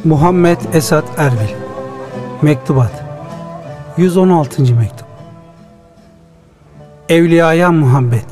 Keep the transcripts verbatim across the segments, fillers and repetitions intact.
Muhammed Esat Erbil. Mektubat. yüz on altıncı mektup. Evliyaya muhabbet.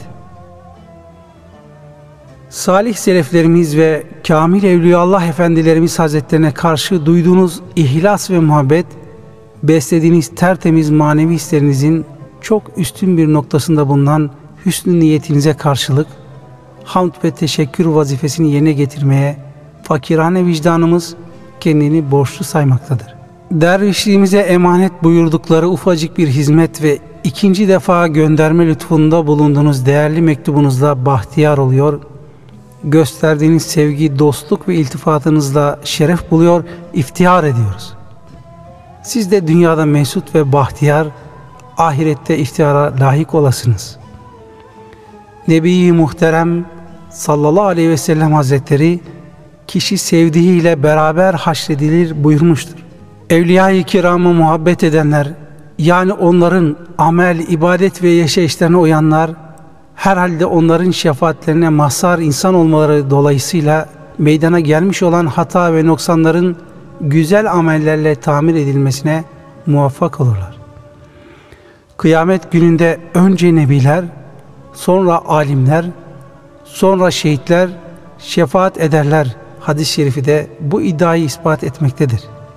Salih seleflerimiz ve kamil evliyaullah efendilerimiz hazretlerine karşı duyduğunuz ihlas ve muhabbet, beslediğiniz tertemiz manevi hislerinizin çok üstün bir noktasında bulunan hüsnü niyetinize karşılık, hamd ve teşekkür vazifesini yerine getirmeye fakirane vicdanımız kendini borçlu saymaktadır. Dervişliğimize emanet buyurdukları ufacık bir hizmet ve ikinci defa gönderme lütfunda bulunduğunuz değerli mektubunuzla bahtiyar oluyor, gösterdiğiniz sevgi, dostluk ve iltifatınızla şeref buluyor, iftihar ediyoruz. Siz de dünyada mesut ve bahtiyar, ahirette iftihara layık olasınız. Nebi-i Muhterem sallallahu aleyhi ve sellem Hazretleri, kişi sevdiğiyle beraber haşredilir buyurmuştur. Evliya-i kirama muhabbet edenler, yani onların amel, ibadet ve yaşayışlarına uyanlar, herhalde onların şefaatlerine mazhar insan olmaları dolayısıyla meydana gelmiş olan hata ve noksanların güzel amellerle tamir edilmesine muvaffak olurlar. Kıyamet gününde önce nebiler, sonra alimler, sonra şehitler şefaat ederler. Hadis-i şerifi de bu iddiayı ispat etmektedir.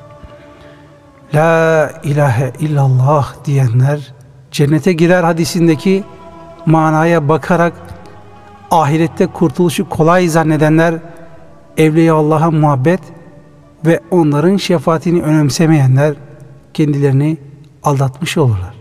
La ilahe illallah diyenler cennete girer hadisindeki manaya bakarak ahirette kurtuluşu kolay zannedenler, Evliya Allah'a muhabbet ve onların şefaatini önemsemeyenler kendilerini aldatmış olurlar.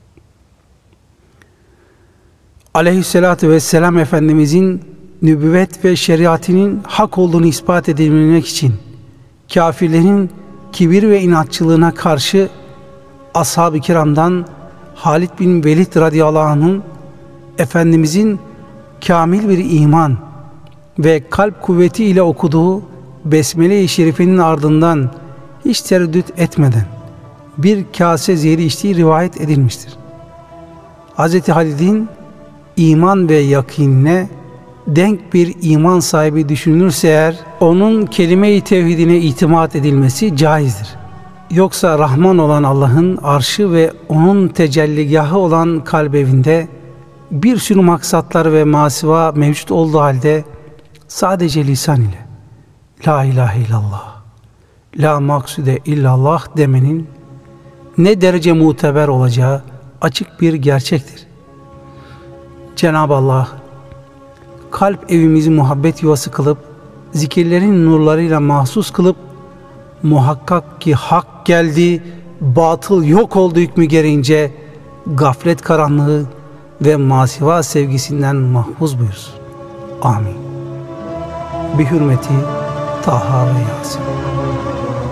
Aleyhisselatü vesselam Efendimizin nübüvvet ve şeriatinin hak olduğunu ispat edilmek için kafirlerin kibir ve inatçılığına karşı ashab-ı kiramdan Halid bin Velid radıyallahu anh'ın Efendimizin kamil bir iman ve kalp kuvveti ile okuduğu Besmele-i Şerife'nin ardından hiç tereddüt etmeden bir kase zehri içtiği rivayet edilmiştir. Hz. Halid'in iman ve yakinine denk bir iman sahibi düşünülürse eğer, onun kelime-i tevhidine itimat edilmesi caizdir. Yoksa Rahman olan Allah'ın arşı ve onun tecelligahı olan kalbevinde bir sürü maksatlar ve masiva mevcut olduğu halde sadece lisan ile La ilahe illallah, La maksude illallah demenin ne derece muteber olacağı açık bir gerçektir. Cenab-ı Allah kalp evimizi muhabbet yuvası kılıp, zikirlerin nurlarıyla mahsus kılıp, muhakkak ki hak geldi, batıl yok oldu hükmü gereğince, gaflet karanlığı ve masiva sevgisinden mahfuz buyursun. Amin. Bi hürmeti Taha ve Yasin.